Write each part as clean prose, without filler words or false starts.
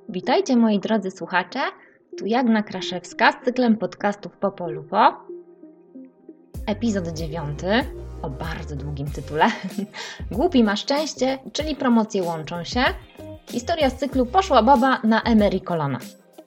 Witajcie moi drodzy słuchacze, tu Jagna Kraszewska z cyklem podcastów Po Lupo. Epizod 9 o bardzo długim tytule. Głupi ma szczęście, czyli promocje łączą się. Historia z cyklu Poszła baba na Emery kolana.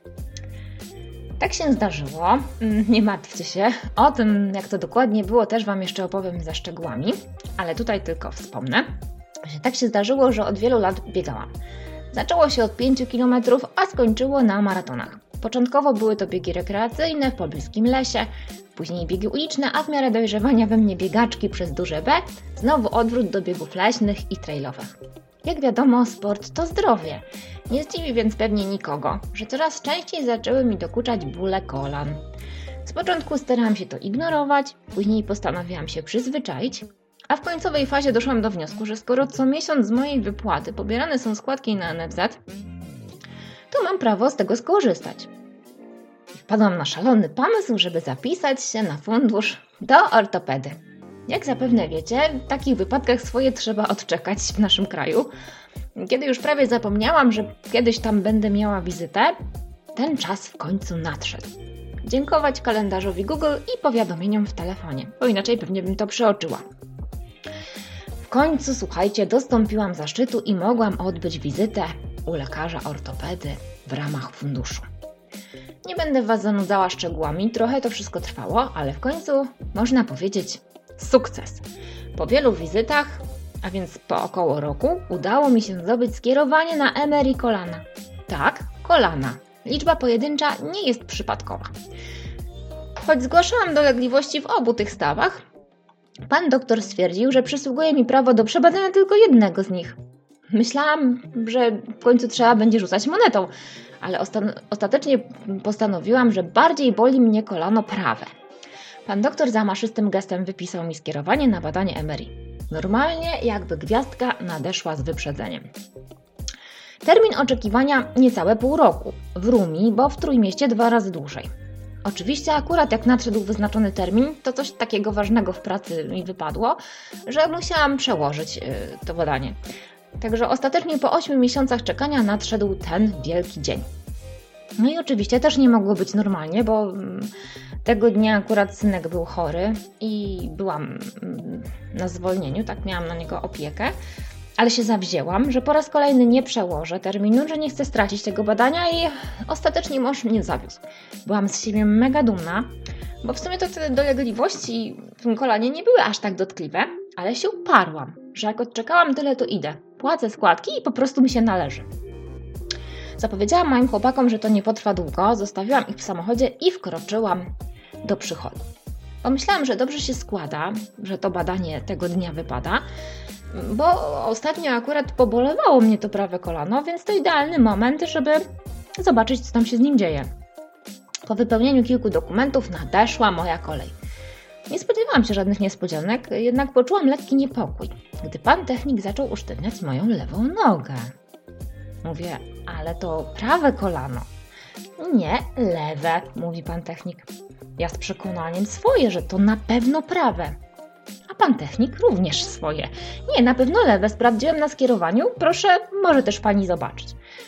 Tak się zdarzyło, nie martwcie się, o tym jak to dokładnie było też Wam jeszcze opowiem ze szczegółami, ale tutaj tylko wspomnę, że tak się zdarzyło, że od wielu lat biegałam. Zaczęło się od 5 km, a skończyło na maratonach. Początkowo były to biegi rekreacyjne w pobliskim lesie, później biegi uliczne, a w miarę dojrzewania we mnie biegaczki przez duże B, znowu odwrót do biegów leśnych i trailowych. Jak wiadomo, sport to zdrowie. Nie zdziwi więc pewnie nikogo, że coraz częściej zaczęły mi dokuczać bóle kolan. Z początku starałam się to ignorować, później postanowiłam się przyzwyczaić, a w końcowej fazie doszłam do wniosku, że skoro co miesiąc z mojej wypłaty pobierane są składki na NFZ, to mam prawo z tego skorzystać. Wpadłam na szalony pomysł, żeby zapisać się na fundusz do ortopedy. Jak zapewne wiecie, w takich wypadkach swoje trzeba odczekać w naszym kraju. Kiedy już prawie zapomniałam, że kiedyś tam będę miała wizytę, ten czas w końcu nadszedł. Dziękować kalendarzowi Google i powiadomieniom w telefonie, bo inaczej pewnie bym to przeoczyła. W końcu, słuchajcie, dostąpiłam zaszczytu i mogłam odbyć wizytę u lekarza ortopedy w ramach funduszu. Nie będę Was zanudzała szczegółami, trochę to wszystko trwało, ale w końcu można powiedzieć sukces. Po wielu wizytach, a więc po około roku, udało mi się zdobyć skierowanie na Emery kolana. Tak, kolana. Liczba pojedyncza nie jest przypadkowa. Choć zgłaszałam dolegliwości w obu tych stawach, pan doktor stwierdził, że przysługuje mi prawo do przebadania tylko jednego z nich. Myślałam, że w końcu trzeba będzie rzucać monetą, ale ostatecznie postanowiłam, że bardziej boli mnie kolano prawe. Pan doktor zamaszystym gestem wypisał mi skierowanie na badanie Emery. Normalnie jakby gwiazdka nadeszła z wyprzedzeniem. Termin oczekiwania niecałe pół roku. W Rumi, bo w Trójmieście 2 razy dłużej. Oczywiście akurat jak nadszedł wyznaczony termin, to coś takiego ważnego w pracy mi wypadło, że musiałam przełożyć to badanie. Także ostatecznie po 8 miesiącach czekania nadszedł ten wielki dzień. No i oczywiście też nie mogło być normalnie, bo tego dnia akurat synek był chory i byłam na zwolnieniu, tak miałam na niego opiekę, ale się zawzięłam, że po raz kolejny nie przełożę terminu, że nie chcę stracić tego badania i ostatecznie mąż mnie zawiózł. Byłam z siebie mega dumna, bo w sumie to te dolegliwości w tym kolanie nie były aż tak dotkliwe, ale się uparłam, że jak odczekałam tyle, to idę. Płacę składki i po prostu mi się należy. Zapowiedziałam moim chłopakom, że to nie potrwa długo, zostawiłam ich w samochodzie i wkroczyłam do przychodu. Pomyślałam, że dobrze się składa, że to badanie tego dnia wypada, bo ostatnio akurat pobolewało mnie to prawe kolano, więc to idealny moment, żeby zobaczyć, co tam się z nim dzieje. Po wypełnieniu kilku dokumentów nadeszła moja kolej. Nie spodziewałam się żadnych niespodzianek, jednak poczułam lekki niepokój, gdy pan technik zaczął usztywniać moją lewą nogę. Mówię, ale to prawe kolano. Nie, lewe, mówi pan technik. Ja z przekonaniem swoje, że to na pewno prawe. A pan technik również swoje. Nie, na pewno lewe, sprawdziłem na skierowaniu, proszę, może też pani zobaczyć.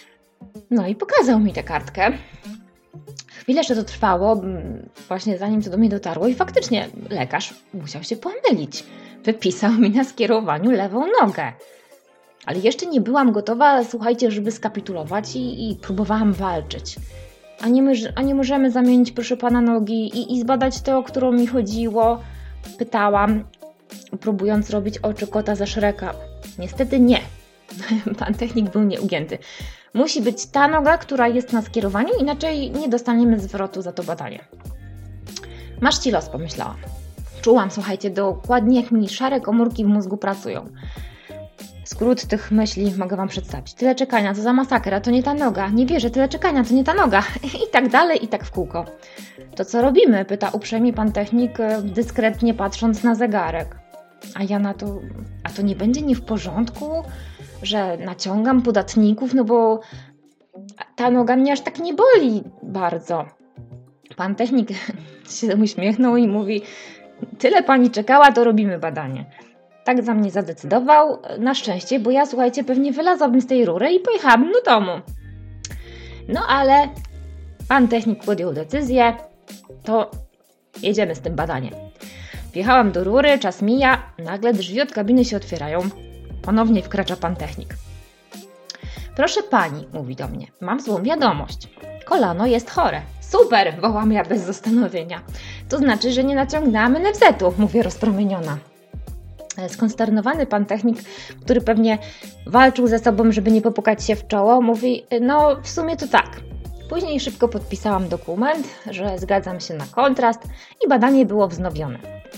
No i pokazał mi tę kartkę. Chwilę jeszcze to trwało, właśnie zanim to do mnie dotarło i faktycznie lekarz musiał się pomylić. Wypisał mi na skierowaniu lewą nogę. Ale jeszcze nie byłam gotowa, słuchajcie, żeby skapitulować i próbowałam walczyć. A nie możemy zamienić, proszę pana, nogi i zbadać to, o którą mi chodziło? Pytałam, próbując robić oczy kota ze Shreka. Niestety nie. Pan technik był nieugięty. Musi być ta noga, która jest na skierowaniu, inaczej nie dostaniemy zwrotu za to badanie. Masz ci los, pomyślałam. Czułam, słuchajcie, dokładnie jak mi szare komórki w mózgu pracują. Skrót tych myśli mogę Wam przedstawić. Tyle czekania, co za masakra, to nie ta noga. Nie wierzę, tyle czekania, to nie ta noga. I tak dalej, i tak w kółko. To co robimy? Pyta uprzejmie pan technik, dyskretnie patrząc na zegarek. A ja na to, a to nie będzie nie w porządku, że naciągam podatników, no bo ta noga mnie aż tak nie boli bardzo. Pan technik się uśmiechnął i mówi, tyle pani czekała, to robimy badanie. Tak za mnie zadecydował, na szczęście, bo ja, słuchajcie, pewnie wylazłabym z tej rury i pojechałabym do domu. No ale pan technik podjął decyzję, to jedziemy z tym badaniem. Wjechałam do rury, czas mija, nagle drzwi od kabiny się otwierają. Ponownie wkracza pan technik. Proszę pani, mówi do mnie, mam złą wiadomość. Kolano jest chore. Super, wołam ja bez zastanowienia. To znaczy, że nie naciągnęłam NFZ-u, mówię rozpromieniona. Skonsternowany pan technik, który pewnie walczył ze sobą, żeby nie popukać się w czoło, mówi, no w sumie to tak. Później szybko podpisałam dokument, że zgadzam się na kontrast i badanie było wznowione.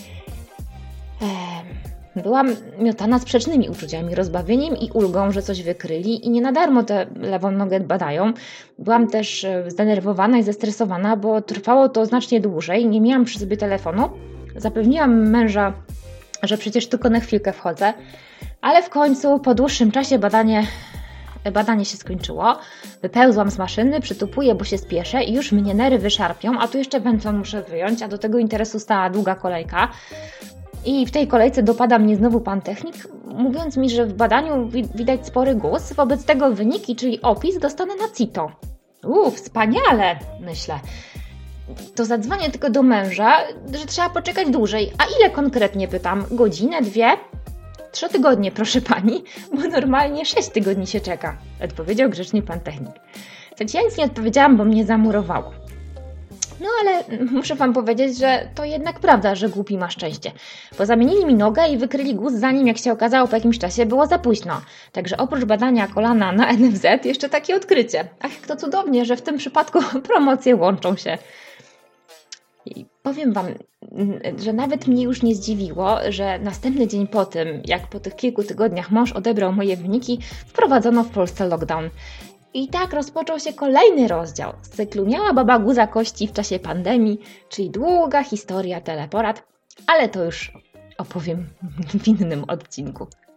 Byłam miotana sprzecznymi uczuciami, rozbawieniem i ulgą, że coś wykryli i nie na darmo tę lewą nogę badają. Byłam też zdenerwowana i zestresowana, bo trwało to znacznie dłużej, nie miałam przy sobie telefonu. Zapewniłam męża, że przecież tylko na chwilkę wchodzę, ale w końcu po dłuższym czasie badanie się skończyło. Wypełzłam z maszyny, przytupuję, bo się spieszę i już mnie nerwy szarpią, a tu jeszcze węflon muszę wyjąć, a do tego interesu stała długa kolejka. I w tej kolejce dopada mnie znowu pan technik, mówiąc mi, że w badaniu widać spory guz, wobec tego wyniki, czyli opis, dostanę na CITO. Wspaniale, myślę. To zadzwonię tylko do męża, że trzeba poczekać dłużej. A ile konkretnie, pytam? Godzinę, 2? 3 tygodnie, proszę pani, bo normalnie 6 tygodni się czeka, odpowiedział grzecznie pan technik. Choć ja nic nie odpowiedziałam, bo mnie zamurowało. No ale muszę wam powiedzieć, że to jednak prawda, że głupi ma szczęście. Bo zamienili mi nogę i wykryli guz, zanim, jak się okazało, po jakimś czasie było za późno. Także oprócz badania kolana na NFZ jeszcze takie odkrycie. Ach, jak to cudownie, że w tym przypadku promocje łączą się. I powiem wam, że nawet mnie już nie zdziwiło, że następny dzień po tym, jak po tych kilku tygodniach mąż odebrał moje wyniki, wprowadzono w Polsce lockdown. I tak rozpoczął się kolejny rozdział z cyklu Miała baba guza kości w czasie pandemii, czyli długa historia teleporad, ale to już opowiem w innym odcinku.